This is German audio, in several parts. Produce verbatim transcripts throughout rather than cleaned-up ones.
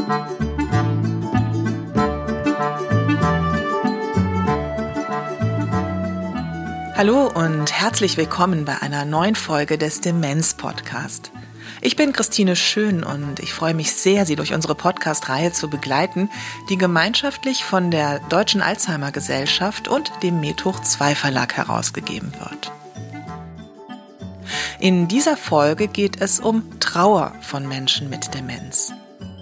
Hallo und herzlich willkommen bei einer neuen Folge des Demenz-Podcast. Ich bin Christine Schön und ich freue mich sehr, Sie durch unsere Podcast-Reihe zu begleiten, die gemeinschaftlich von der Deutschen Alzheimer-Gesellschaft und dem Medhoch zwei Verlag herausgegeben wird. In dieser Folge geht es um Trauer von Menschen mit Demenz.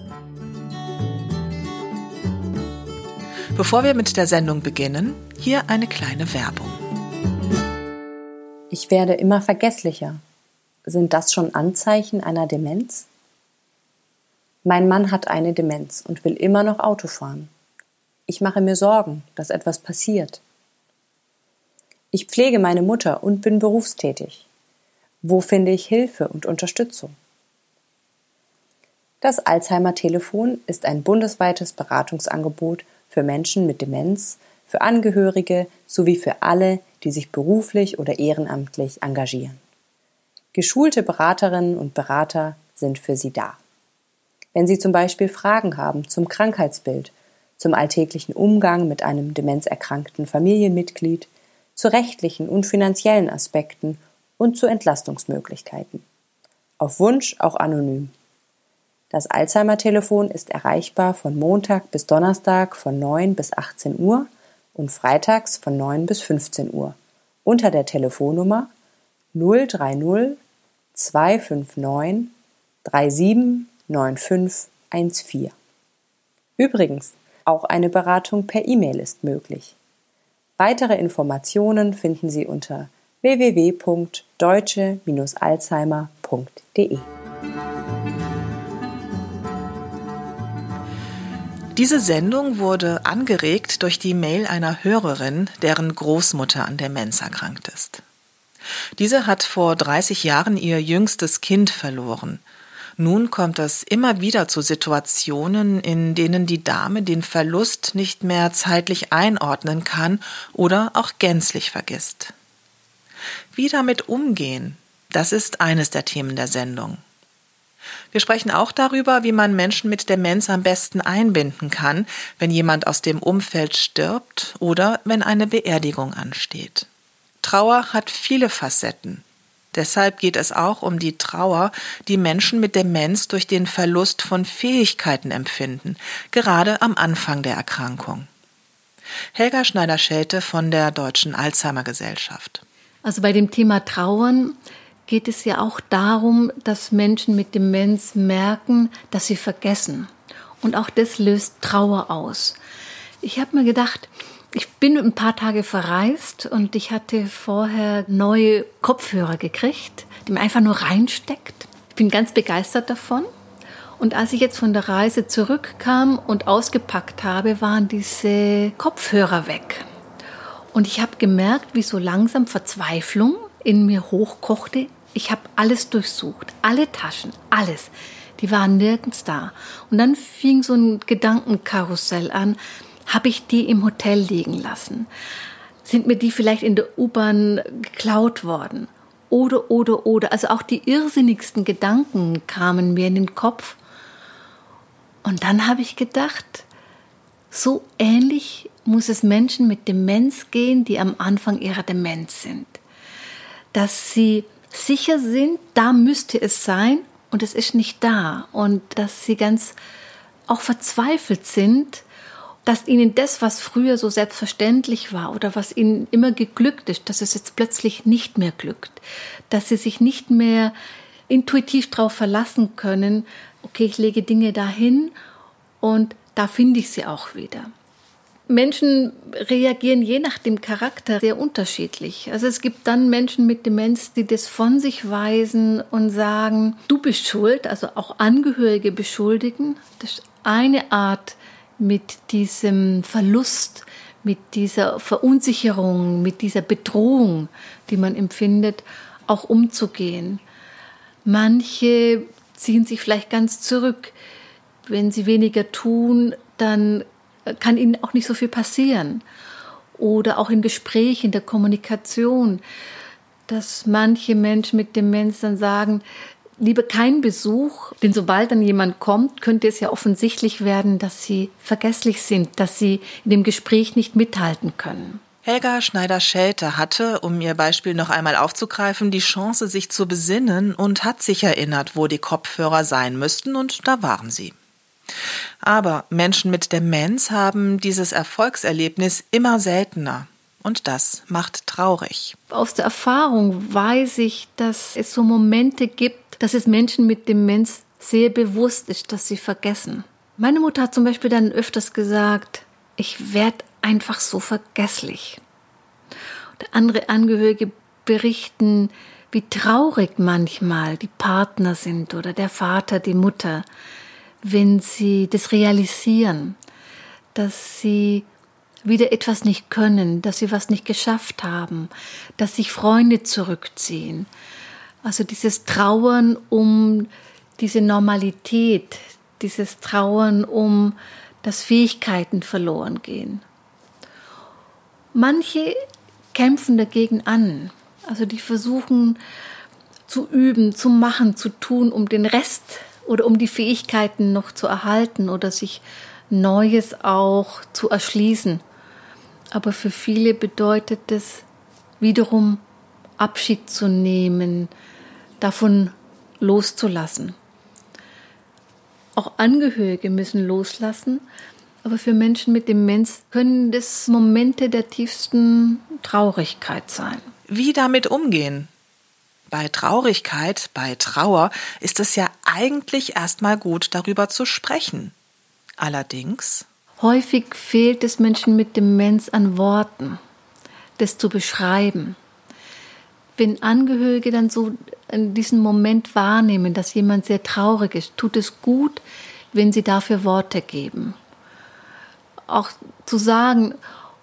Bevor wir mit der Sendung beginnen, hier eine kleine Werbung. Ich werde immer vergesslicher. Sind das schon Anzeichen einer Demenz? Mein Mann hat eine Demenz und will immer noch Auto fahren. Ich mache mir Sorgen, dass etwas passiert. Ich pflege meine Mutter und bin berufstätig. Wo finde ich Hilfe und Unterstützung? Das Alzheimer-Telefon ist ein bundesweites Beratungsangebot für Menschen mit Demenz, für Angehörige sowie für alle, die sich beruflich oder ehrenamtlich engagieren. Geschulte Beraterinnen und Berater sind für Sie da. Wenn Sie zum Beispiel Fragen haben zum Krankheitsbild, zum alltäglichen Umgang mit einem demenzerkrankten Familienmitglied, zu rechtlichen und finanziellen Aspekten und zu Entlastungsmöglichkeiten. Auf Wunsch auch anonym. Das Alzheimer-Telefon ist erreichbar von Montag bis Donnerstag von neun bis achtzehn Uhr und freitags von neun bis fünfzehn Uhr unter der Telefonnummer null drei null zwei fünf neun drei sieben neun fünf eins vier. Übrigens, auch eine Beratung per E-Mail ist möglich. Weitere Informationen finden Sie unter w w w punkt deutsche Alzheimer punkt de. Diese Sendung wurde angeregt durch die Mail einer Hörerin, deren Großmutter an Demenz erkrankt ist. Diese hat vor dreißig Jahren ihr jüngstes Kind verloren. Nun kommt es immer wieder zu Situationen, in denen die Dame den Verlust nicht mehr zeitlich einordnen kann oder auch gänzlich vergisst. Wie damit umgehen, das ist eines der Themen der Sendung. Wir sprechen auch darüber, wie man Menschen mit Demenz am besten einbinden kann, wenn jemand aus dem Umfeld stirbt oder wenn eine Beerdigung ansteht. Trauer hat viele Facetten. Deshalb geht es auch um die Trauer, die Menschen mit Demenz durch den Verlust von Fähigkeiten empfinden, gerade am Anfang der Erkrankung. Helga Schneider-Schelte von der Deutschen Alzheimer-Gesellschaft. Also bei dem Thema Trauern geht es ja auch darum, dass Menschen mit Demenz merken, dass sie vergessen. Und auch das löst Trauer aus. Ich habe mir gedacht, ich bin ein paar Tage verreist und ich hatte vorher neue Kopfhörer gekriegt, die man einfach nur reinsteckt. Ich bin ganz begeistert davon. Und als ich jetzt von der Reise zurückkam und ausgepackt habe, waren diese Kopfhörer weg. Und ich habe gemerkt, wie so langsam Verzweiflung in mir hochkochte. Ich habe alles durchsucht, alle Taschen, alles. Die waren nirgends da. Und dann fing so ein Gedankenkarussell an. Habe ich die im Hotel liegen lassen? Sind mir die vielleicht in der U-Bahn geklaut worden? Oder, oder, oder. Also auch die irrsinnigsten Gedanken kamen mir in den Kopf. Und dann habe ich gedacht, so ähnlich muss es Menschen mit Demenz gehen, die am Anfang ihrer Demenz sind. Dass sie sicher sind, da müsste es sein und es ist nicht da. Und dass sie ganz auch verzweifelt sind, dass ihnen das, was früher so selbstverständlich war oder was ihnen immer geglückt ist, dass es jetzt plötzlich nicht mehr glückt. Dass sie sich nicht mehr intuitiv darauf verlassen können, okay, ich lege Dinge dahin und da finde ich sie auch wieder. Menschen reagieren je nach dem Charakter sehr unterschiedlich. Also es gibt dann Menschen mit Demenz, die das von sich weisen und sagen, du bist schuld, also auch Angehörige beschuldigen. Das ist eine Art, mit diesem Verlust, mit dieser Verunsicherung, mit dieser Bedrohung, die man empfindet, auch umzugehen. Manche ziehen sich vielleicht ganz zurück. Wenn sie weniger tun, dann kann ihnen auch nicht so viel passieren. Oder auch in Gesprächen, in der Kommunikation, dass manche Menschen mit Demenz dann sagen, lieber keinen Besuch, denn sobald dann jemand kommt, könnte es ja offensichtlich werden, dass sie vergesslich sind, dass sie in dem Gespräch nicht mithalten können. Helga Schneider-Schelte hatte, um ihr Beispiel noch einmal aufzugreifen, die Chance, sich zu besinnen und hat sich erinnert, wo die Kopfhörer sein müssten, und da waren sie. Aber Menschen mit Demenz haben dieses Erfolgserlebnis immer seltener. Und das macht traurig. Aus der Erfahrung weiß ich, dass es so Momente gibt, dass es Menschen mit Demenz sehr bewusst ist, dass sie vergessen. Meine Mutter hat zum Beispiel dann öfters gesagt, ich werde einfach so vergesslich. Und andere Angehörige berichten, wie traurig manchmal die Partner sind oder der Vater, die Mutter, wenn sie das realisieren, dass sie wieder etwas nicht können, dass sie was nicht geschafft haben, dass sich Freunde zurückziehen. Also dieses Trauern um diese Normalität, dieses Trauern um, dass Fähigkeiten verloren gehen. Manche kämpfen dagegen an, also die versuchen zu üben, zu machen, zu tun, um den Rest oder um die Fähigkeiten noch zu erhalten oder sich Neues auch zu erschließen. Aber für viele bedeutet es wiederum Abschied zu nehmen, davon loszulassen. Auch Angehörige müssen loslassen, aber für Menschen mit Demenz können das Momente der tiefsten Traurigkeit sein. Wie damit umgehen? Bei Traurigkeit, bei Trauer ist es ja eigentlich erstmal gut, darüber zu sprechen. Allerdings häufig fehlt es Menschen mit Demenz an Worten, das zu beschreiben. Wenn Angehörige dann so in diesem Moment wahrnehmen, dass jemand sehr traurig ist, tut es gut, wenn sie dafür Worte geben. Auch zu sagen,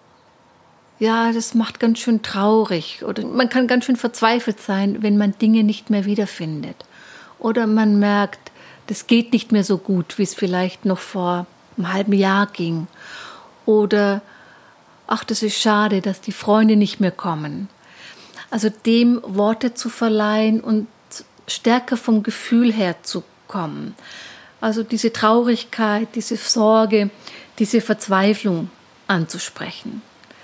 ja, das macht ganz schön traurig. Oder man kann ganz schön verzweifelt sein, wenn man Dinge nicht mehr wiederfindet. Oder man merkt, das geht nicht mehr so gut, wie es vielleicht noch vor einem halben Jahr ging. Oder, ach, das ist schade, dass die Freunde nicht mehr kommen. Also dem Worte zu verleihen und stärker vom Gefühl her zu kommen. Also diese Traurigkeit, diese Sorge, diese Verzweiflung anzusprechen.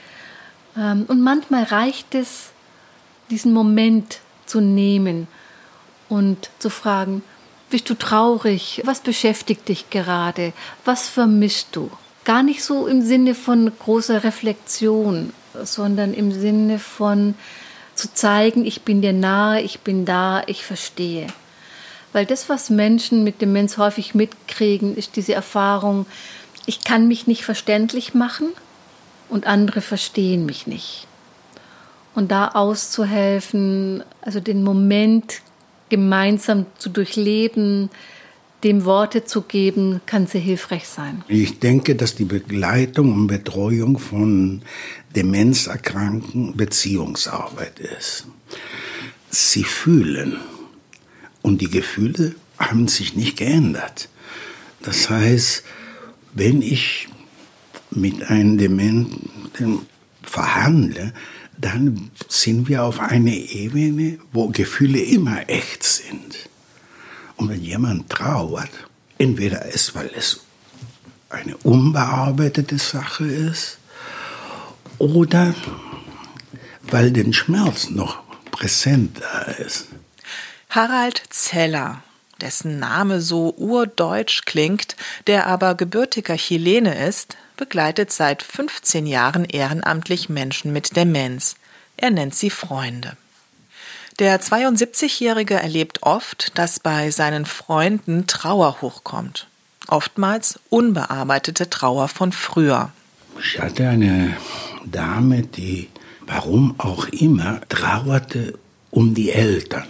Und manchmal reicht es, diesen Moment zu nehmen und zu fragen, bist du traurig? Was beschäftigt dich gerade? Was vermisst du? Gar nicht so im Sinne von großer Reflexion, sondern im Sinne von zu zeigen, ich bin dir nahe, ich bin da, ich verstehe. Weil das, was Menschen mit Demenz häufig mitkriegen, ist diese Erfahrung, ich kann mich nicht verständlich machen und andere verstehen mich nicht. Und da auszuhelfen, also den Moment gemeinsam zu durchleben, dem Worte zu geben, kann sehr hilfreich sein. Ich denke, dass die Begleitung und Betreuung von Demenzerkrankten Beziehungsarbeit ist. Sie fühlen und die Gefühle haben sich nicht geändert. Das heißt, wenn ich mit einem Dementen verhandle, dann sind wir auf einer Ebene, wo Gefühle immer echt sind. Und wenn jemand trauert, entweder ist, weil es eine unbearbeitete Sache ist, oder weil der Schmerz noch präsent da ist. Harald Zeller, dessen Name so urdeutsch klingt, der aber gebürtiger Chilene ist, begleitet seit fünfzehn Jahren ehrenamtlich Menschen mit Demenz. Er nennt sie Freunde. Der zweiundsiebzigjährige erlebt oft, dass bei seinen Freunden Trauer hochkommt. Oftmals unbearbeitete Trauer von früher. Ich hatte eine Dame, die, warum auch immer, trauerte um die Eltern.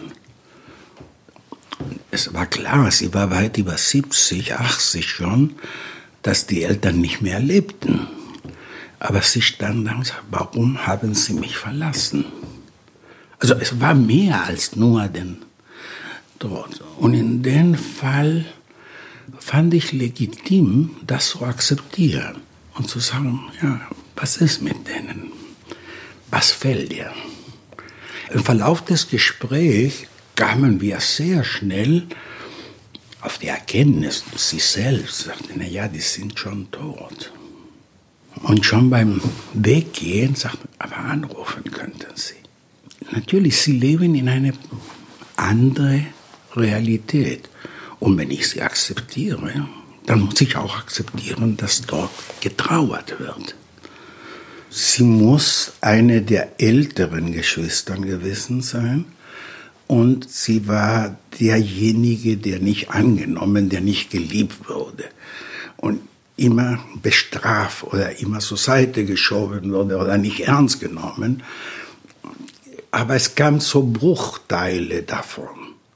Es war klar, sie war weit über siebzig, achtzig schon, dass die Eltern nicht mehr lebten. Aber sie stand dann und sagte, warum haben sie mich verlassen? Also es war mehr als nur den Tod. Und in dem Fall fand ich legitim, das zu akzeptieren und zu sagen, ja, was ist mit denen? Was fällt dir? Im Verlauf des Gesprächs kamen wir sehr schnell auf die Erkenntnis, sie selbst sagte, na ja, die sind schon tot. Und schon beim Weggehen sagten, aber anrufen könnten sie. Natürlich, sie leben in einer anderen Realität. Und wenn ich sie akzeptiere, dann muss ich auch akzeptieren, dass dort getrauert wird. Sie muss eine der älteren Geschwistern gewesen sein. Und sie war derjenige, der nicht angenommen, der nicht geliebt wurde. Und immer bestraft oder immer zur Seite geschoben wurde oder nicht ernst genommen. Aber es kam so Bruchteile davon.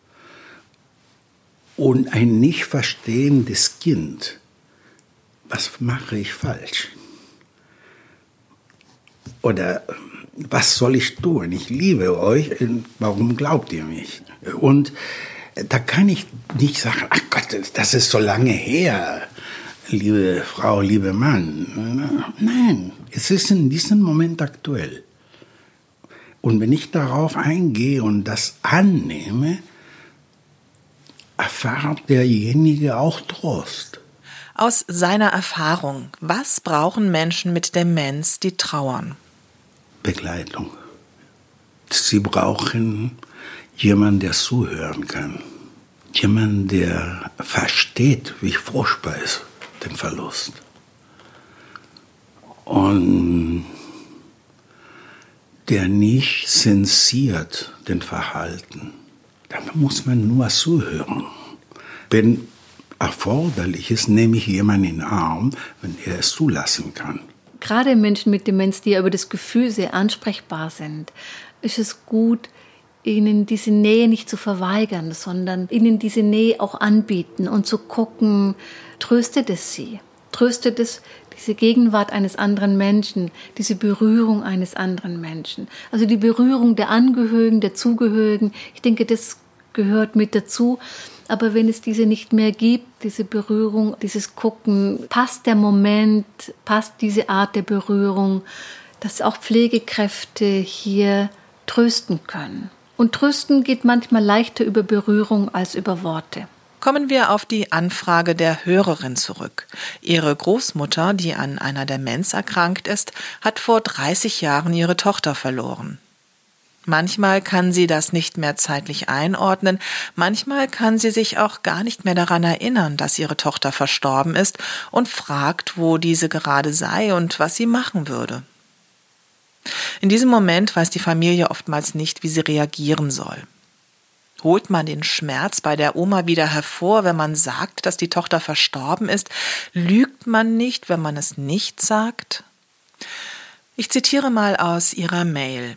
Und ein nicht verstehendes Kind, was mache ich falsch? Oder was soll ich tun? Ich liebe euch, warum glaubt ihr mich? Und da kann ich nicht sagen, ach Gott, das ist so lange her, liebe Frau, liebe Mann. Nein, es ist in diesem Moment aktuell. Und wenn ich darauf eingehe und das annehme, erfahrt derjenige auch Trost. Aus seiner Erfahrung, was brauchen Menschen mit Demenz, die trauern? Begleitung. Sie brauchen jemanden, der zuhören kann. Jemanden, der versteht, wie furchtbar ist, den Verlust. Und der nicht zensiert den Verhalten. Da muss man nur zuhören. Wenn erforderlich ist, nehme ich jemanden in den Arm, wenn er es zulassen kann. Gerade Menschen mit Demenz, die ja über das Gefühl sehr ansprechbar sind, ist es gut, ihnen diese Nähe nicht zu verweigern, sondern ihnen diese Nähe auch anbieten und zu gucken, tröstet es sie? Tröstet es diese Gegenwart eines anderen Menschen, diese Berührung eines anderen Menschen? Also die Berührung der Angehörigen, der Zugehörigen, ich denke, das gehört mit dazu. Aber wenn es diese nicht mehr gibt, diese Berührung, dieses Gucken, passt der Moment, passt diese Art der Berührung, dass auch Pflegekräfte hier trösten können. Und trösten geht manchmal leichter über Berührung als über Worte. Kommen wir auf die Anfrage der Hörerin zurück. Ihre Großmutter, die an einer Demenz erkrankt ist, hat vor dreißig Jahren ihre Tochter verloren. Manchmal kann sie das nicht mehr zeitlich einordnen, manchmal kann sie sich auch gar nicht mehr daran erinnern, dass ihre Tochter verstorben ist und fragt, wo diese gerade sei und was sie machen würde. In diesem Moment weiß die Familie oftmals nicht, wie sie reagieren soll. Holt man den Schmerz bei der Oma wieder hervor, wenn man sagt, dass die Tochter verstorben ist? Lügt man nicht, wenn man es nicht sagt? Ich zitiere mal aus ihrer Mail.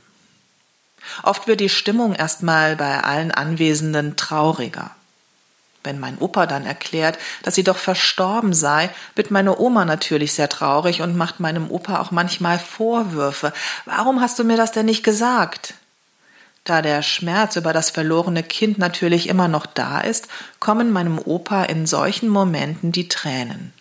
Oft wird die Stimmung erstmal bei allen Anwesenden trauriger. Wenn mein Opa dann erklärt, dass sie doch verstorben sei, wird meine Oma natürlich sehr traurig und macht meinem Opa auch manchmal Vorwürfe. Warum hast du mir das denn nicht gesagt? Da der Schmerz über das verlorene Kind natürlich immer noch da ist, kommen meinem Opa in solchen Momenten die Tränen.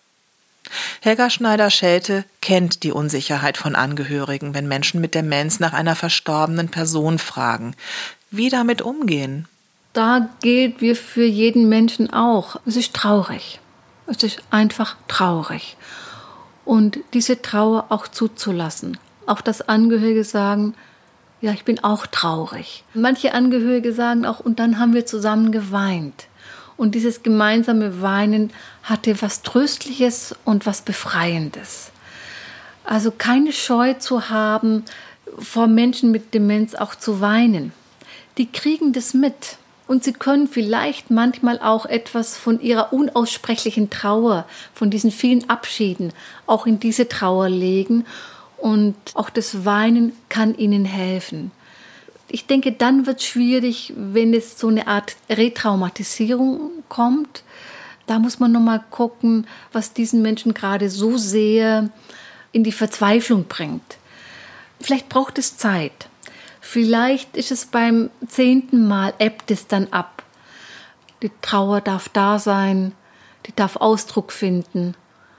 Helga Schneider-Schelte kennt die Unsicherheit von Angehörigen, wenn Menschen mit Demenz nach einer verstorbenen Person fragen. Wie damit umgehen? Da gilt wie für jeden Menschen auch. Es ist traurig. Es ist einfach traurig. Und diese Trauer auch zuzulassen. Auch dass Angehörige sagen, ja, ich bin auch traurig. Manche Angehörige sagen auch, und dann haben wir zusammen geweint. Und dieses gemeinsame Weinen hatte was Tröstliches und was Befreiendes. Also keine Scheu zu haben, vor Menschen mit Demenz auch zu weinen. Die kriegen das mit. Und sie können vielleicht manchmal auch etwas von ihrer unaussprechlichen Trauer, von diesen vielen Abschieden, auch in diese Trauer legen. Und auch das Weinen kann ihnen helfen. Ich denke, dann wird es schwierig, wenn es so eine Art Retraumatisierung kommt. Da muss man nochmal gucken, was diesen Menschen gerade so sehr in die Verzweiflung bringt. Vielleicht braucht es Zeit. Vielleicht ist es beim zehnten Mal, ebbt es dann ab. Die Trauer darf da sein, die darf Ausdruck finden.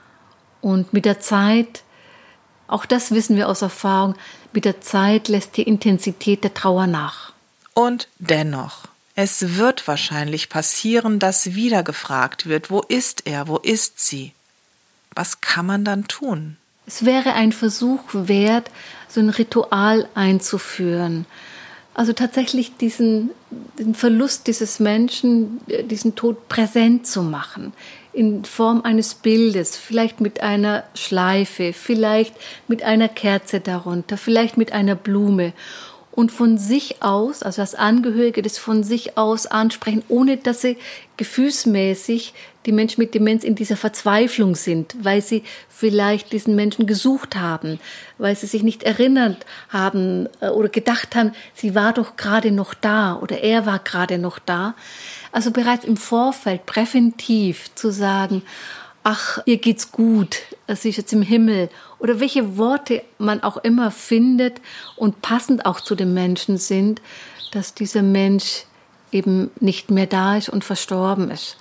Und mit der Zeit, auch das wissen wir aus Erfahrung, mit der Zeit lässt die Intensität der Trauer nach. Und dennoch, Es wird wahrscheinlich passieren, dass wieder gefragt wird, wo ist er, wo ist sie? Was kann man dann tun? Es wäre ein Versuch wert, so ein Ritual einzuführen. Also tatsächlich diesen den Verlust dieses Menschen, diesen Tod präsent zu machen. In Form eines Bildes, vielleicht mit einer Schleife, vielleicht mit einer Kerze darunter, vielleicht mit einer Blume. Und von sich aus, also als Angehörige das von sich aus ansprechen, ohne dass sie gefühlsmäßig die Menschen mit Demenz in dieser Verzweiflung sind, weil sie vielleicht diesen Menschen gesucht haben, weil sie sich nicht erinnert haben oder gedacht haben, sie war doch gerade noch da oder er war gerade noch da. Also bereits im Vorfeld präventiv zu sagen, ach, ihr geht's gut, sie ist jetzt im Himmel. Oder welche Worte man auch immer findet und passend auch zu dem Menschen sind, dass dieser Mensch eben nicht mehr da ist und verstorben ist.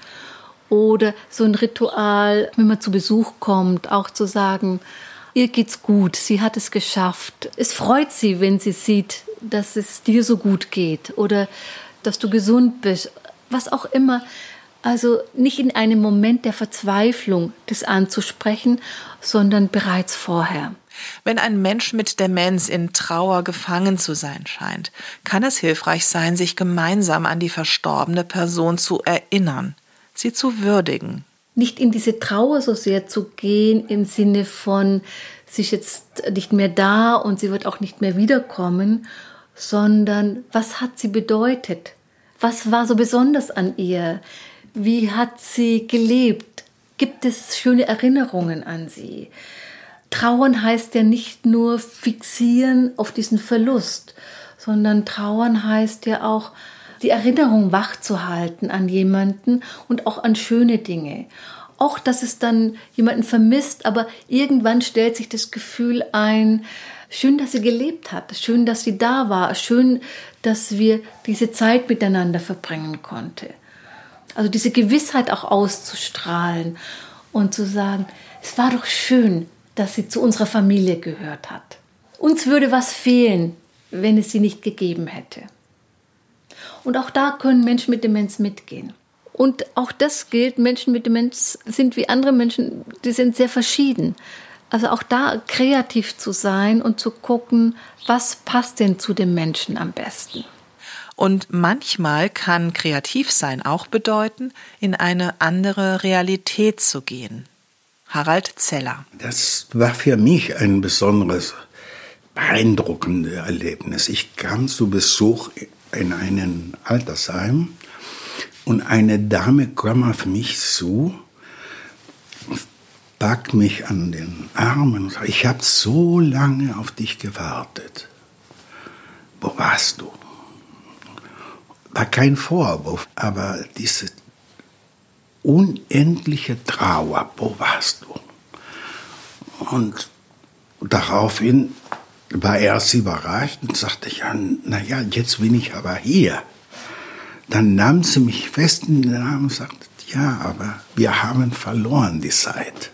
Oder so ein Ritual, wenn man zu Besuch kommt, auch zu sagen, ihr geht's gut, sie hat es geschafft. Es freut sie, wenn sie sieht, dass es dir so gut geht oder dass du gesund bist, was auch immer. Also nicht in einem Moment der Verzweiflung das anzusprechen, sondern bereits vorher. Wenn ein Mensch mit Demenz in Trauer gefangen zu sein scheint, kann es hilfreich sein, sich gemeinsam an die verstorbene Person zu erinnern, sie zu würdigen. Nicht in diese Trauer so sehr zu gehen im Sinne von, sie ist jetzt nicht mehr da und sie wird auch nicht mehr wiederkommen, sondern was hat sie bedeutet? Was war so besonders an ihr? Wie hat sie gelebt? Gibt es schöne Erinnerungen an sie? Trauern heißt ja nicht nur fixieren auf diesen Verlust, sondern trauern heißt ja auch, die Erinnerung wachzuhalten an jemanden und auch an schöne Dinge. Auch, dass es dann jemanden vermisst, aber irgendwann stellt sich das Gefühl ein, schön, dass sie gelebt hat, schön, dass sie da war, schön, dass wir diese Zeit miteinander verbringen konnten. Also diese Gewissheit auch auszustrahlen und zu sagen, es war doch schön, dass sie zu unserer Familie gehört hat. Uns würde was fehlen, wenn es sie nicht gegeben hätte. Und auch da können Menschen mit Demenz mitgehen. Und auch das gilt, Menschen mit Demenz sind wie andere Menschen, die sind sehr verschieden. Also auch da kreativ zu sein und zu gucken, was passt denn zu dem Menschen am besten. Und manchmal kann kreativ sein auch bedeuten, in eine andere Realität zu gehen. Harald Zeller. Das war für mich ein besonderes, beeindruckendes Erlebnis. Ich kam zu Besuch in einem Altersheim und eine Dame kam auf mich zu, packt mich an den Arm und sagt, ich habe so lange auf dich gewartet. Wo warst du? War kein Vorwurf, aber diese unendliche Trauer, wo warst du? Und daraufhin war er erst überrascht und sagte, ja, naja, jetzt bin ich aber hier. Dann nahm sie mich fest in den Arm und sagte, ja, aber wir haben verloren die Zeit.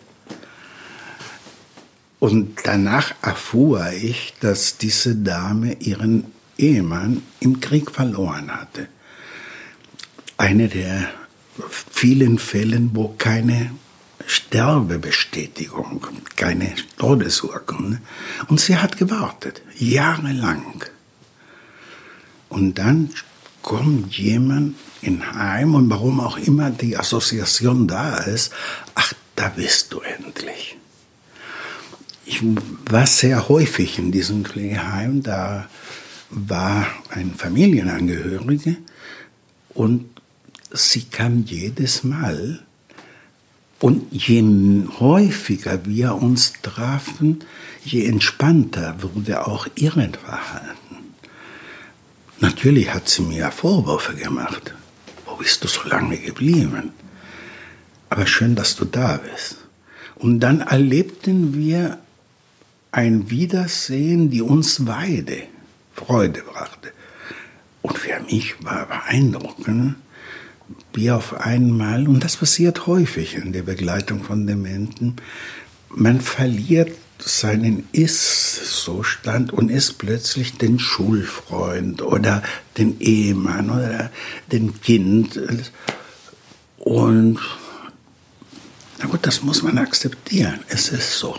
Und danach erfuhr ich, dass diese Dame ihren Ehemann im Krieg verloren hatte. Eine der vielen Fälle, wo keine Sterbebestätigung, keine Todesurkunde. Und sie hat gewartet, jahrelang. Und dann kommt jemand in Heim und warum auch immer die Assoziation da ist, ach, da bist du endlich. Ich war sehr häufig in diesem Pflegeheim, da war ein Familienangehörige und sie kam jedes Mal. Und je häufiger wir uns trafen, je entspannter wurde auch ihr Verhalten. Natürlich hat sie mir Vorwürfe gemacht. Wo bist du so lange geblieben? Aber schön, dass du da bist. Und dann erlebten wir ein Wiedersehen, die uns beide Freude brachte. Und für mich war beeindruckend, wie auf einmal, und das passiert häufig in der Begleitung von Dementen, man verliert seinen Ist-Zustand und ist plötzlich den Schulfreund oder den Ehemann oder den Kind. Und na gut, das muss man akzeptieren. Es ist so.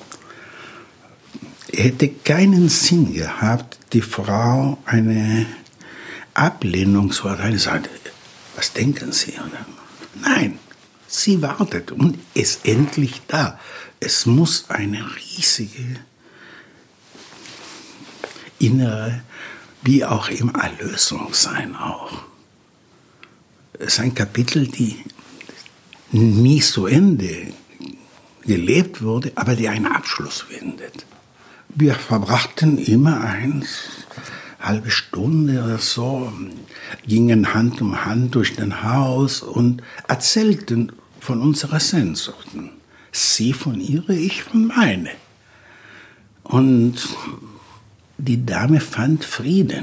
Es hätte keinen Sinn gehabt, die Frau eine Ablehnung zu erteilen. Sagt, was denken Sie? Oder? Nein, sie wartet und ist endlich da. Es muss eine riesige innere, wie auch immer, Erlösung sein auch. Es ist ein Kapitel, die nie zu Ende gelebt wurde, aber die einen Abschluss findet. Wir verbrachten immer eine halbe Stunde oder so, gingen Hand um Hand durch das Haus und erzählten von unseren Sehnsuchten. Sie von ihrer, ich von meine. Und die Dame fand Frieden.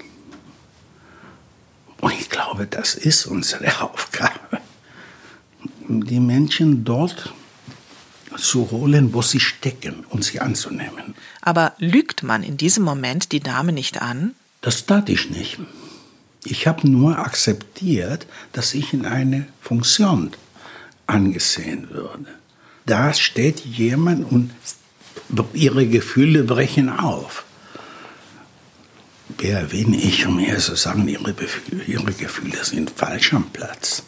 Und ich glaube, das ist unsere Aufgabe, die Menschen dort zu holen, wo sie stecken und sie anzunehmen. Aber lügt man in diesem Moment die Dame nicht an? Das tat ich nicht. Ich habe nur akzeptiert, dass ich in eine Funktion angesehen würde. Da steht jemand und ihre Gefühle brechen auf. Wer bin ich, um eher zu sagen, ihre, Gefühle, ihre Gefühle sind falsch am Platz.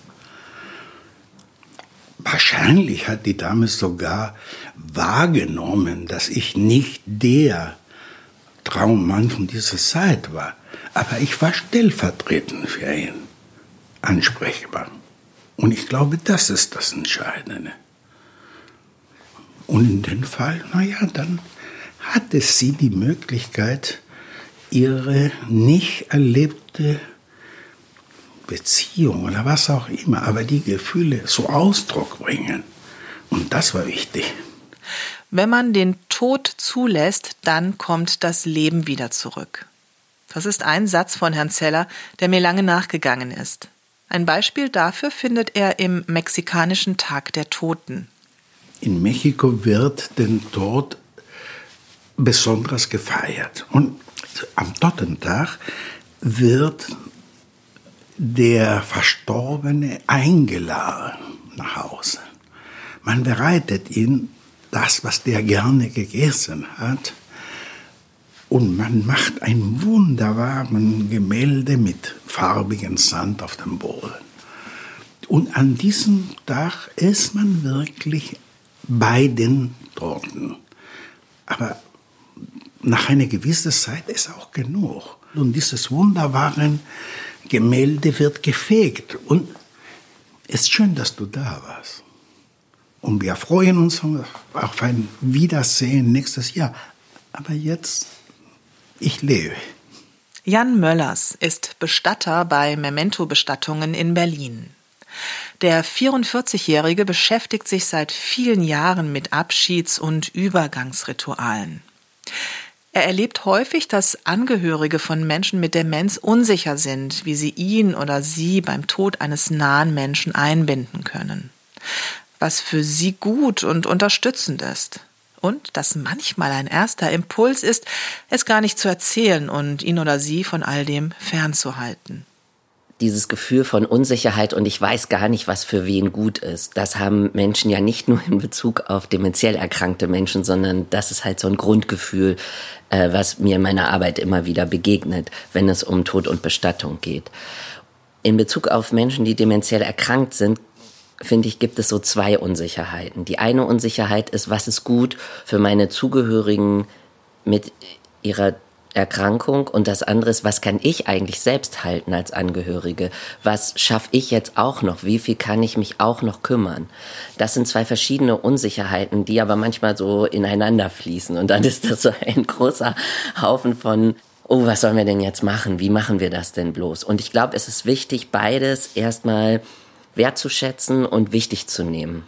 Wahrscheinlich hat die Dame sogar wahrgenommen, dass ich nicht der Traummann von dieser Zeit war. Aber ich war stellvertretend für ihn ansprechbar. Und ich glaube, das ist das Entscheidende. Und in dem Fall, naja, dann hatte sie die Möglichkeit, ihre nicht erlebte Beziehung oder was auch immer, aber die Gefühle zu Ausdruck bringen. Und das war wichtig. Wenn man den Tod zulässt, dann kommt das Leben wieder zurück. Das ist ein Satz von Herrn Zeller, der mir lange nachgegangen ist. Ein Beispiel dafür findet er im mexikanischen Tag der Toten. In Mexiko wird den Tod besonders gefeiert. Und am Totentag wird der Verstorbene eingeladen nach Hause. Man bereitet ihm das, was der gerne gegessen hat. Und man macht ein wunderbares Gemälde mit farbigem Sand auf dem Boden. Und an diesem Tag ist man wirklich bei den Toten. Aber nach einer gewissen Zeit ist auch genug. Und dieses wunderbare Gemälde wird gefegt. Und es ist schön, dass du da warst. Und wir freuen uns auf ein Wiedersehen nächstes Jahr. Aber jetzt, ich lebe. Jan Möllers ist Bestatter bei Memento-Bestattungen in Berlin. Der vierundvierzigjährige beschäftigt sich seit vielen Jahren mit Abschieds- und Übergangsritualen. Er erlebt häufig, dass Angehörige von Menschen mit Demenz unsicher sind, wie sie ihn oder sie beim Tod eines nahen Menschen einbinden können. Was für sie gut und unterstützend ist. Und dass manchmal ein erster Impuls ist, es gar nicht zu erzählen und ihn oder sie von all dem fernzuhalten. Dieses Gefühl von Unsicherheit und ich weiß gar nicht, was für wen gut ist, das haben Menschen ja nicht nur in Bezug auf dementiell erkrankte Menschen, sondern das ist halt so ein Grundgefühl, äh, was mir in meiner Arbeit immer wieder begegnet, wenn es um Tod und Bestattung geht. In Bezug auf Menschen, die dementiell erkrankt sind, finde ich, gibt es so zwei Unsicherheiten. Die eine Unsicherheit ist, was ist gut für meine Zugehörigen mit ihrer Erkrankung, und das andere ist, was kann ich eigentlich selbst halten als Angehörige? Was schaffe ich jetzt auch noch? Wie viel kann ich mich auch noch kümmern? Das sind zwei verschiedene Unsicherheiten, die aber manchmal so ineinander fließen. Und dann ist das so ein großer Haufen von, oh, was sollen wir denn jetzt machen? Wie machen wir das denn bloß? Und ich glaube, es ist wichtig, beides erstmal wertzuschätzen und wichtig zu nehmen.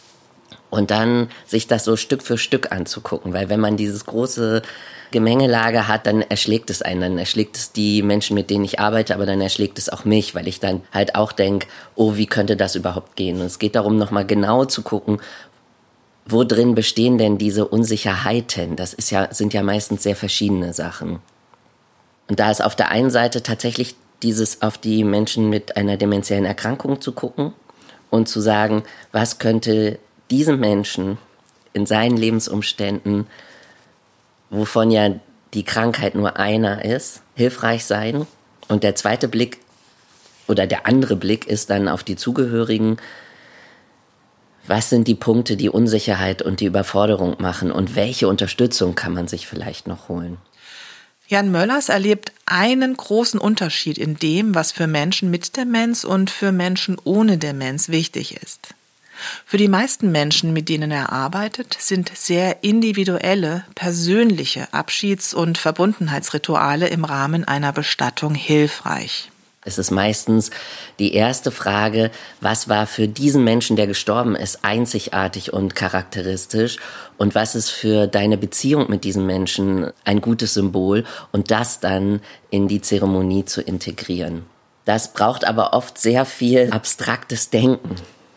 Und dann sich das so Stück für Stück anzugucken, weil wenn man dieses große Gemengelage hat, dann erschlägt es einen, dann erschlägt es die Menschen, mit denen ich arbeite, aber dann erschlägt es auch mich, weil ich dann halt auch denke, oh, wie könnte das überhaupt gehen? Und es geht darum, nochmal genau zu gucken, wo drin bestehen denn diese Unsicherheiten? Das ist ja, sind ja meistens sehr verschiedene Sachen. Und da ist auf der einen Seite tatsächlich dieses auf die Menschen mit einer dementiellen Erkrankung zu gucken und zu sagen, was könnte diesem Menschen in seinen Lebensumständen, wovon ja die Krankheit nur einer ist, hilfreich sein. Und der zweite Blick oder der andere Blick ist dann auf die Zugehörigen. Was sind die Punkte, die Unsicherheit und die Überforderung machen und welche Unterstützung kann man sich vielleicht noch holen? Jan Möllers erlebt einen großen Unterschied in dem, was für Menschen mit Demenz und für Menschen ohne Demenz wichtig ist. Für die meisten Menschen, mit denen er arbeitet, sind sehr individuelle, persönliche Abschieds- und Verbundenheitsrituale im Rahmen einer Bestattung hilfreich. Es ist meistens die erste Frage, was war für diesen Menschen, der gestorben ist, einzigartig und charakteristisch und was ist für deine Beziehung mit diesem Menschen ein gutes Symbol und das dann in die Zeremonie zu integrieren. Das braucht aber oft sehr viel abstraktes Denken.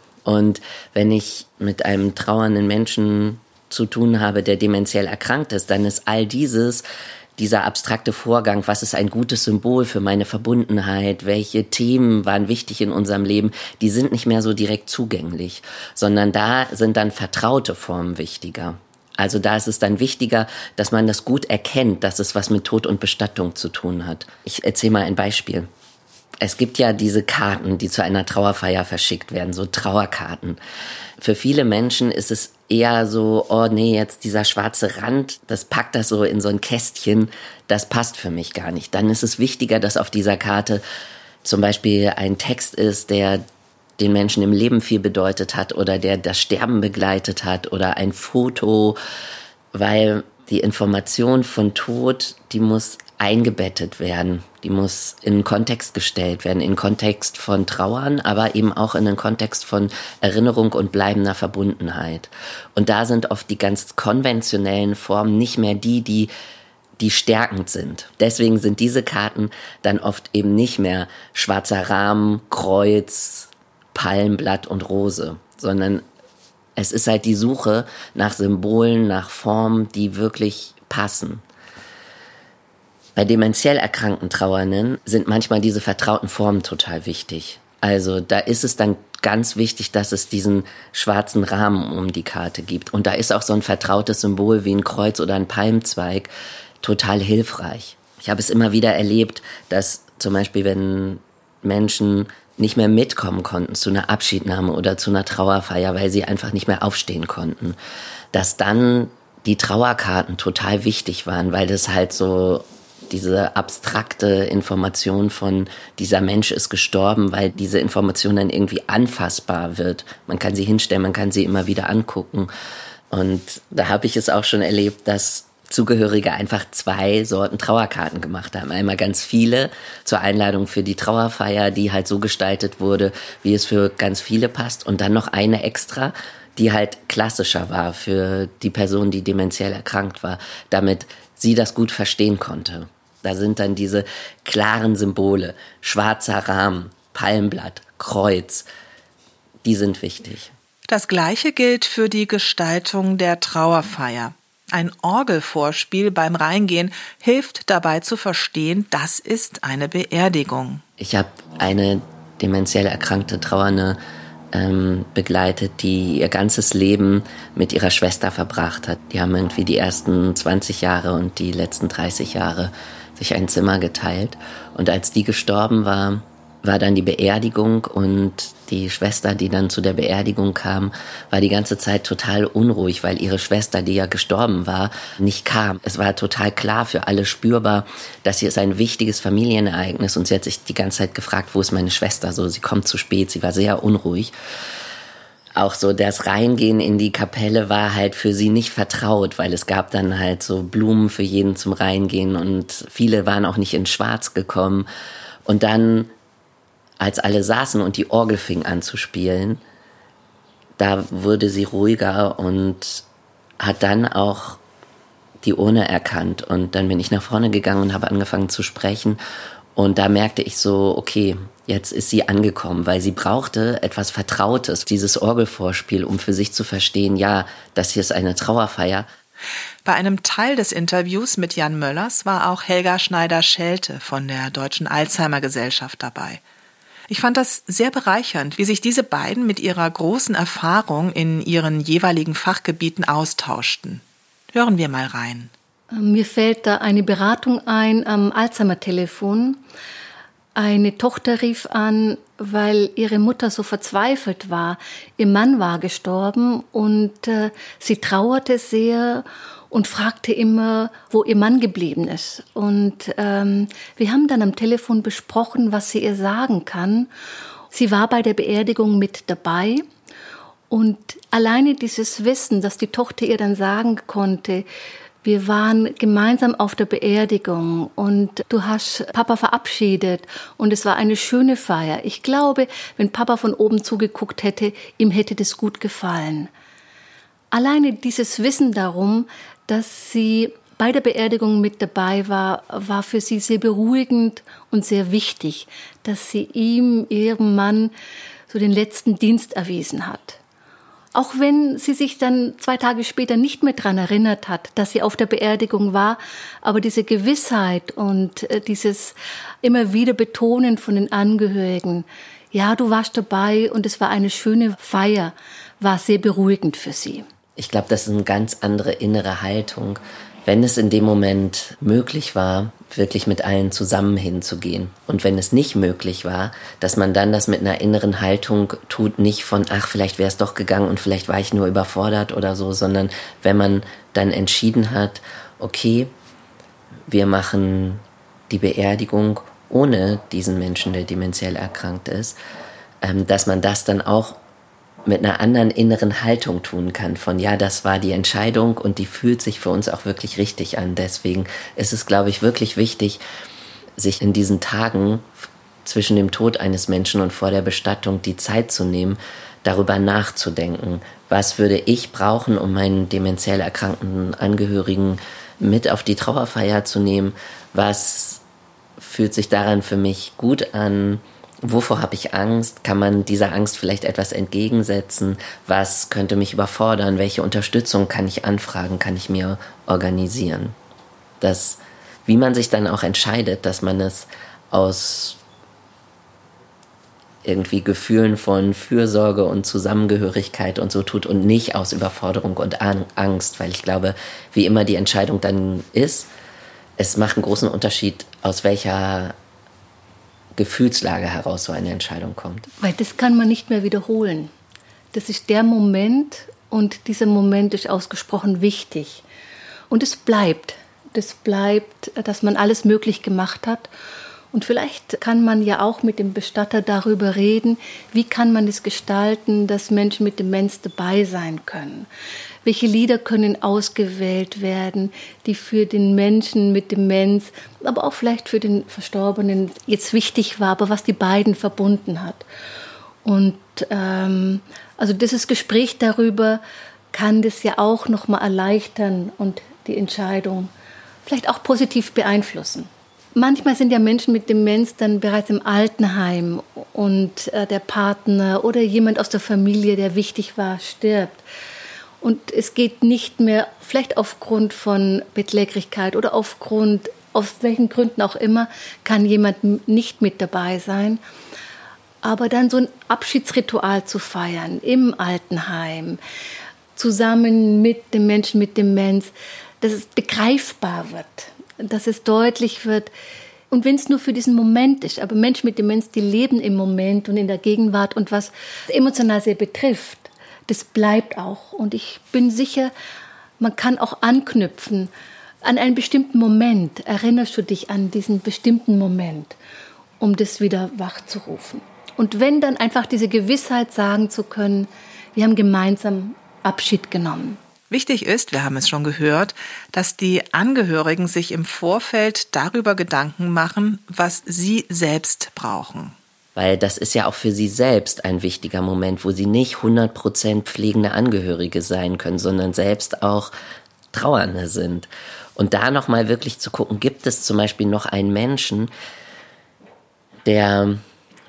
Und wenn ich mit einem trauernden Menschen zu tun habe, der dementiell erkrankt ist, dann ist all dieses dieser abstrakte Vorgang, was ist ein gutes Symbol für meine Verbundenheit, welche Themen waren wichtig in unserem Leben, die sind nicht mehr so direkt zugänglich, sondern da sind dann vertraute Formen wichtiger. Also da ist es dann wichtiger, dass man das gut erkennt, dass es was mit Tod und Bestattung zu tun hat. Ich erzähle mal ein Beispiel. Es gibt ja diese Karten, die zu einer Trauerfeier verschickt werden, so Trauerkarten. Für viele Menschen ist es eher so, oh nee, jetzt dieser schwarze Rand, das packt das so in so ein Kästchen, das passt für mich gar nicht. Dann ist es wichtiger, dass auf dieser Karte zum Beispiel ein Text ist, der den Menschen im Leben viel bedeutet hat oder der das Sterben begleitet hat oder ein Foto, weil die Information von Tod, die muss eingebettet werden. Die muss in einen Kontext gestellt werden, in den Kontext von Trauern, aber eben auch in den Kontext von Erinnerung und bleibender Verbundenheit. Und da sind oft die ganz konventionellen Formen nicht mehr die, die, die stärkend sind. Deswegen sind diese Karten dann oft eben nicht mehr schwarzer Rahmen, Kreuz, Palmblatt und Rose, sondern es ist halt die Suche nach Symbolen, nach Formen, die wirklich passen. Bei dementiell erkrankten Trauernden sind manchmal diese vertrauten Formen total wichtig. Also da ist es dann ganz wichtig, dass es diesen schwarzen Rahmen um die Karte gibt. Und da ist auch so ein vertrautes Symbol wie ein Kreuz oder ein Palmzweig total hilfreich. Ich habe es immer wieder erlebt, dass zum Beispiel, wenn Menschen nicht mehr mitkommen konnten zu einer Abschiednahme oder zu einer Trauerfeier, weil sie einfach nicht mehr aufstehen konnten, dass dann die Trauerkarten total wichtig waren, weil das halt so diese abstrakte Information von dieser Mensch ist gestorben, weil diese Information dann irgendwie anfassbar wird. Man kann sie hinstellen, man kann sie immer wieder angucken. Und da habe ich es auch schon erlebt, dass Zugehörige einfach zwei Sorten Trauerkarten gemacht haben. Einmal ganz viele zur Einladung für die Trauerfeier, die halt so gestaltet wurde, wie es für ganz viele passt. Und dann noch eine extra, die halt klassischer war für die Person, die dementiell erkrankt war, damit sie das gut verstehen konnte. Da sind dann diese klaren Symbole, schwarzer Rahmen, Palmblatt, Kreuz, die sind wichtig. Das Gleiche gilt für die Gestaltung der Trauerfeier. Ein Orgelvorspiel beim Reingehen hilft dabei zu verstehen, das ist eine Beerdigung. Ich habe eine dementiell erkrankte Trauernde ähm, begleitet, die ihr ganzes Leben mit ihrer Schwester verbracht hat. Die haben irgendwie die ersten zwanzig Jahre und die letzten dreißig Jahre sich ein Zimmer geteilt. Und als die gestorben war, war dann die Beerdigung und die Schwester, die dann zu der Beerdigung kam, war die ganze Zeit total unruhig, weil ihre Schwester, die ja gestorben war, nicht kam. Es war total klar für alle spürbar, dass hier ist ein wichtiges Familienereignis und sie hat sich die ganze Zeit gefragt, wo ist meine Schwester? So, sie kommt zu spät, sie war sehr unruhig. Auch so das Reingehen in die Kapelle war halt für sie nicht vertraut, weil es gab dann halt so Blumen für jeden zum Reingehen und viele waren auch nicht in Schwarz gekommen. Und dann, als alle saßen und die Orgel fing an zu spielen, da wurde sie ruhiger und hat dann auch die Urne erkannt. Und dann bin ich nach vorne gegangen und habe angefangen zu sprechen. Und da merkte ich so, okay, jetzt ist sie angekommen, weil sie brauchte etwas Vertrautes, dieses Orgelvorspiel, um für sich zu verstehen, ja, das hier ist eine Trauerfeier. Bei einem Teil des Interviews mit Jan Möllers war auch Helga Schneider-Schelte von der Deutschen Alzheimer-Gesellschaft dabei. Ich fand das sehr bereichernd, wie sich diese beiden mit ihrer großen Erfahrung in ihren jeweiligen Fachgebieten austauschten. Hören wir mal rein. Mir fällt da eine Beratung ein am Alzheimer-Telefon. Eine Tochter rief an, weil ihre Mutter so verzweifelt war. Ihr Mann war gestorben und äh, sie trauerte sehr und fragte immer, wo ihr Mann geblieben ist. Und ähm, wir haben dann am Telefon besprochen, was sie ihr sagen kann. Sie war bei der Beerdigung mit dabei und alleine dieses Wissen, dass die Tochter ihr dann sagen konnte, wir waren gemeinsam auf der Beerdigung und du hast Papa verabschiedet und es war eine schöne Feier. Ich glaube, wenn Papa von oben zugeguckt hätte, ihm hätte das gut gefallen. Alleine dieses Wissen darum, dass sie bei der Beerdigung mit dabei war, war für sie sehr beruhigend und sehr wichtig, dass sie ihm, ihrem Mann, so den letzten Dienst erwiesen hat. Auch wenn sie sich dann zwei Tage später nicht mehr daran erinnert hat, dass sie auf der Beerdigung war, aber diese Gewissheit und dieses immer wieder Betonen von den Angehörigen, ja, du warst dabei und es war eine schöne Feier, war sehr beruhigend für sie. Ich glaube, das ist eine ganz andere innere Haltung, wenn es in dem Moment möglich war, wirklich mit allen zusammen hinzugehen. Und wenn es nicht möglich war, dass man dann das mit einer inneren Haltung tut, nicht von, ach, vielleicht wäre es doch gegangen und vielleicht war ich nur überfordert oder so, sondern wenn man dann entschieden hat, okay, wir machen die Beerdigung ohne diesen Menschen, der dementiell erkrankt ist, ähm, dass man das dann auch mit einer anderen inneren Haltung tun kann, von ja, das war die Entscheidung und die fühlt sich für uns auch wirklich richtig an. Deswegen ist es, glaube ich, wirklich wichtig, sich in diesen Tagen zwischen dem Tod eines Menschen und vor der Bestattung die Zeit zu nehmen, darüber nachzudenken, was würde ich brauchen, um meinen dementiell erkrankten Angehörigen mit auf die Trauerfeier zu nehmen, was fühlt sich daran für mich gut an, wovor habe ich Angst? Kann man dieser Angst vielleicht etwas entgegensetzen? Was könnte mich überfordern? Welche Unterstützung kann ich anfragen? Kann ich mir organisieren? Das, wie man sich dann auch entscheidet, dass man es aus irgendwie Gefühlen von Fürsorge und Zusammengehörigkeit und so tut und nicht aus Überforderung und Angst, weil ich glaube, wie immer die Entscheidung dann ist, es macht einen großen Unterschied, aus welcher Gefühlslage heraus so eine Entscheidung kommt. Weil das kann man nicht mehr wiederholen. Das ist der Moment und dieser Moment ist ausgesprochen wichtig. Und es bleibt. Das bleibt, dass man alles möglich gemacht hat. Und vielleicht kann man ja auch mit dem Bestatter darüber reden, wie kann man es gestalten, dass Menschen mit Demenz dabei sein können. Welche Lieder können ausgewählt werden, die für den Menschen mit Demenz, aber auch vielleicht für den Verstorbenen jetzt wichtig war, aber was die beiden verbunden hat. Und ähm, also dieses Gespräch darüber kann das ja auch nochmal erleichtern und die Entscheidung vielleicht auch positiv beeinflussen. Manchmal sind ja Menschen mit Demenz dann bereits im Altenheim und äh, der Partner oder jemand aus der Familie, der wichtig war, stirbt. Und es geht nicht mehr, vielleicht aufgrund von Bettlägerigkeit oder aufgrund, aus welchen Gründen auch immer, kann jemand nicht mit dabei sein. Aber dann so ein Abschiedsritual zu feiern im Altenheim, zusammen mit den Menschen mit Demenz, dass es begreifbar wird, dass es deutlich wird. Und wenn es nur für diesen Moment ist, aber Menschen mit Demenz, die leben im Moment und in der Gegenwart und was emotional sehr betrifft, das bleibt auch. Und ich bin sicher, man kann auch anknüpfen an einen bestimmten Moment. Erinnerst du dich an diesen bestimmten Moment, um das wieder wachzurufen? Und wenn dann einfach diese Gewissheit sagen zu können, wir haben gemeinsam Abschied genommen. Wichtig ist, wir haben es schon gehört, dass die Angehörigen sich im Vorfeld darüber Gedanken machen, was sie selbst brauchen. Weil das ist ja auch für sie selbst ein wichtiger Moment, wo sie nicht hundert Prozent pflegende Angehörige sein können, sondern selbst auch Trauernde sind. Und da nochmal wirklich zu gucken, gibt es zum Beispiel noch einen Menschen, der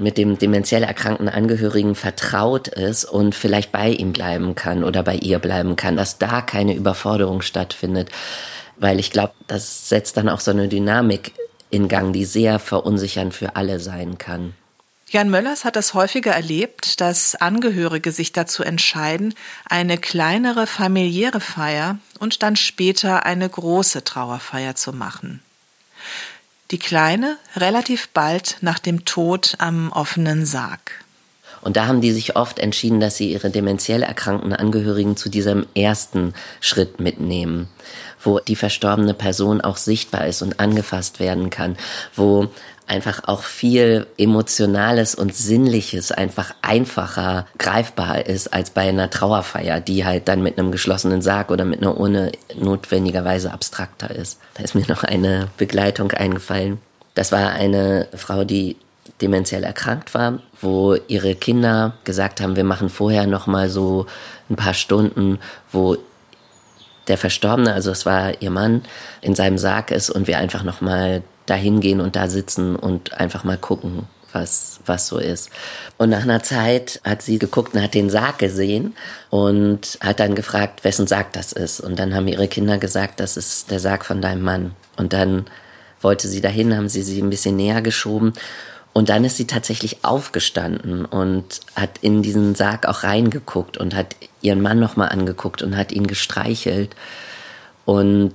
mit dem dementiell erkrankten Angehörigen vertraut ist und vielleicht bei ihm bleiben kann oder bei ihr bleiben kann, dass da keine Überforderung stattfindet. Weil ich glaube, das setzt dann auch so eine Dynamik in Gang, die sehr verunsichernd für alle sein kann. Jan Möllers hat es häufiger erlebt, dass Angehörige sich dazu entscheiden, eine kleinere familiäre Feier und dann später eine große Trauerfeier zu machen. Die kleine relativ bald nach dem Tod am offenen Sarg. Und da haben die sich oft entschieden, dass sie ihre dementiell erkrankten Angehörigen zu diesem ersten Schritt mitnehmen, wo die verstorbene Person auch sichtbar ist und angefasst werden kann, wo einfach auch viel Emotionales und Sinnliches einfach einfacher greifbar ist als bei einer Trauerfeier, die halt dann mit einem geschlossenen Sarg oder mit einer Urne notwendigerweise abstrakter ist. Da ist mir noch eine Begleitung eingefallen. Das war eine Frau, die dementiell erkrankt war, wo ihre Kinder gesagt haben, wir machen vorher noch mal so ein paar Stunden, wo der Verstorbene, also es war ihr Mann, in seinem Sarg ist und wir einfach noch mal da hingehen und da sitzen und einfach mal gucken, was, was so ist. Und nach einer Zeit hat sie geguckt und hat den Sarg gesehen und hat dann gefragt, wessen Sarg das ist. Und dann haben ihre Kinder gesagt, das ist der Sarg von deinem Mann. Und dann wollte sie dahin, haben sie sie ein bisschen näher geschoben. Und dann ist sie tatsächlich aufgestanden und hat in diesen Sarg auch reingeguckt und hat ihren Mann nochmal angeguckt und hat ihn gestreichelt. Und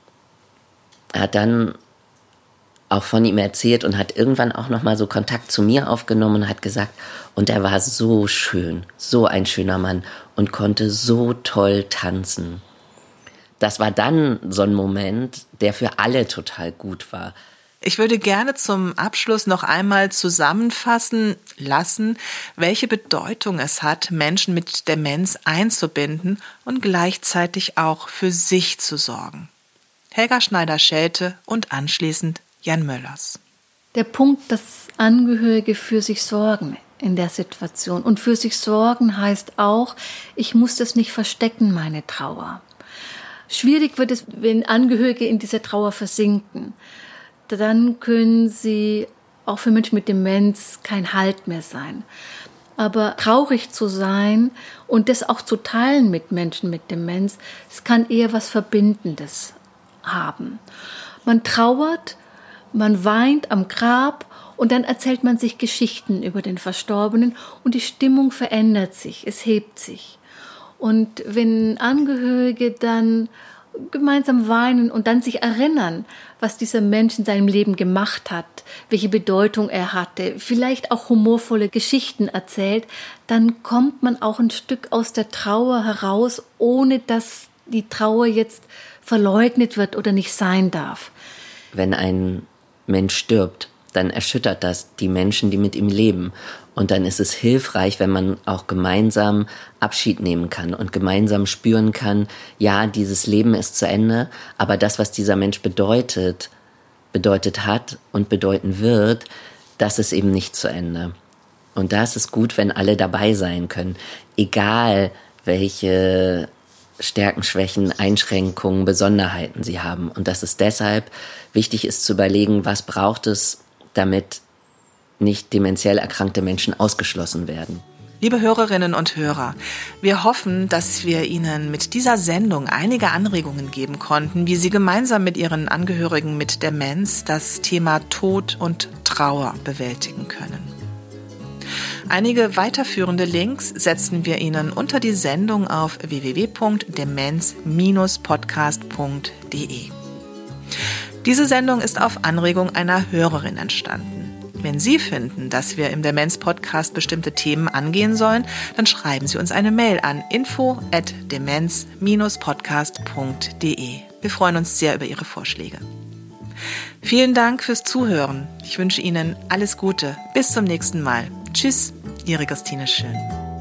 hat dann auch von ihm erzählt und hat irgendwann auch nochmal so Kontakt zu mir aufgenommen und hat gesagt, und er war so schön, so ein schöner Mann und konnte so toll tanzen. Das war dann so ein Moment, der für alle total gut war. Ich würde gerne zum Abschluss noch einmal zusammenfassen lassen, welche Bedeutung es hat, Menschen mit Demenz einzubinden und gleichzeitig auch für sich zu sorgen. Helga Schneider-Schelte und anschließend Jan Möllers. Der Punkt, dass Angehörige für sich sorgen in der Situation. Und für sich sorgen heißt auch, ich muss das nicht verstecken, meine Trauer. Schwierig wird es, wenn Angehörige in dieser Trauer versinken. Dann können sie auch für Menschen mit Demenz kein Halt mehr sein. Aber traurig zu sein und das auch zu teilen mit Menschen mit Demenz, es kann eher was Verbindendes haben. Man trauert, man weint am Grab und dann erzählt man sich Geschichten über den Verstorbenen und die Stimmung verändert sich, es hebt sich. Und wenn Angehörige dann gemeinsam weinen und dann sich erinnern, was dieser Mensch in seinem Leben gemacht hat, welche Bedeutung er hatte, vielleicht auch humorvolle Geschichten erzählt, dann kommt man auch ein Stück aus der Trauer heraus, ohne dass die Trauer jetzt verleugnet wird oder nicht sein darf. Wenn ein Mensch stirbt, dann erschüttert das die Menschen, die mit ihm leben. Und dann ist es hilfreich, wenn man auch gemeinsam Abschied nehmen kann und gemeinsam spüren kann, ja, dieses Leben ist zu Ende, aber das, was dieser Mensch bedeutet, bedeutet hat und bedeuten wird, das ist eben nicht zu Ende. Und da ist es gut, wenn alle dabei sein können, egal welche Stärken, Schwächen, Einschränkungen, Besonderheiten sie haben. Und dass es deshalb wichtig ist zu überlegen, was braucht es, damit nicht dementiell erkrankte Menschen ausgeschlossen werden. Liebe Hörerinnen und Hörer, wir hoffen, dass wir Ihnen mit dieser Sendung einige Anregungen geben konnten, wie Sie gemeinsam mit Ihren Angehörigen mit Demenz das Thema Tod und Trauer bewältigen können. Einige weiterführende Links setzen wir Ihnen unter die Sendung auf w w w punkt demenz Bindestrich podcast punkt d e. Diese Sendung ist auf Anregung einer Hörerin entstanden. Wenn Sie finden, dass wir im Demenz-Podcast bestimmte Themen angehen sollen, dann schreiben Sie uns eine Mail an info at demenz Bindestrich podcast punkt d e. Wir freuen uns sehr über Ihre Vorschläge. Vielen Dank fürs Zuhören. Ich wünsche Ihnen alles Gute. Bis zum nächsten Mal. Tschüss, Ihre Christine Schön.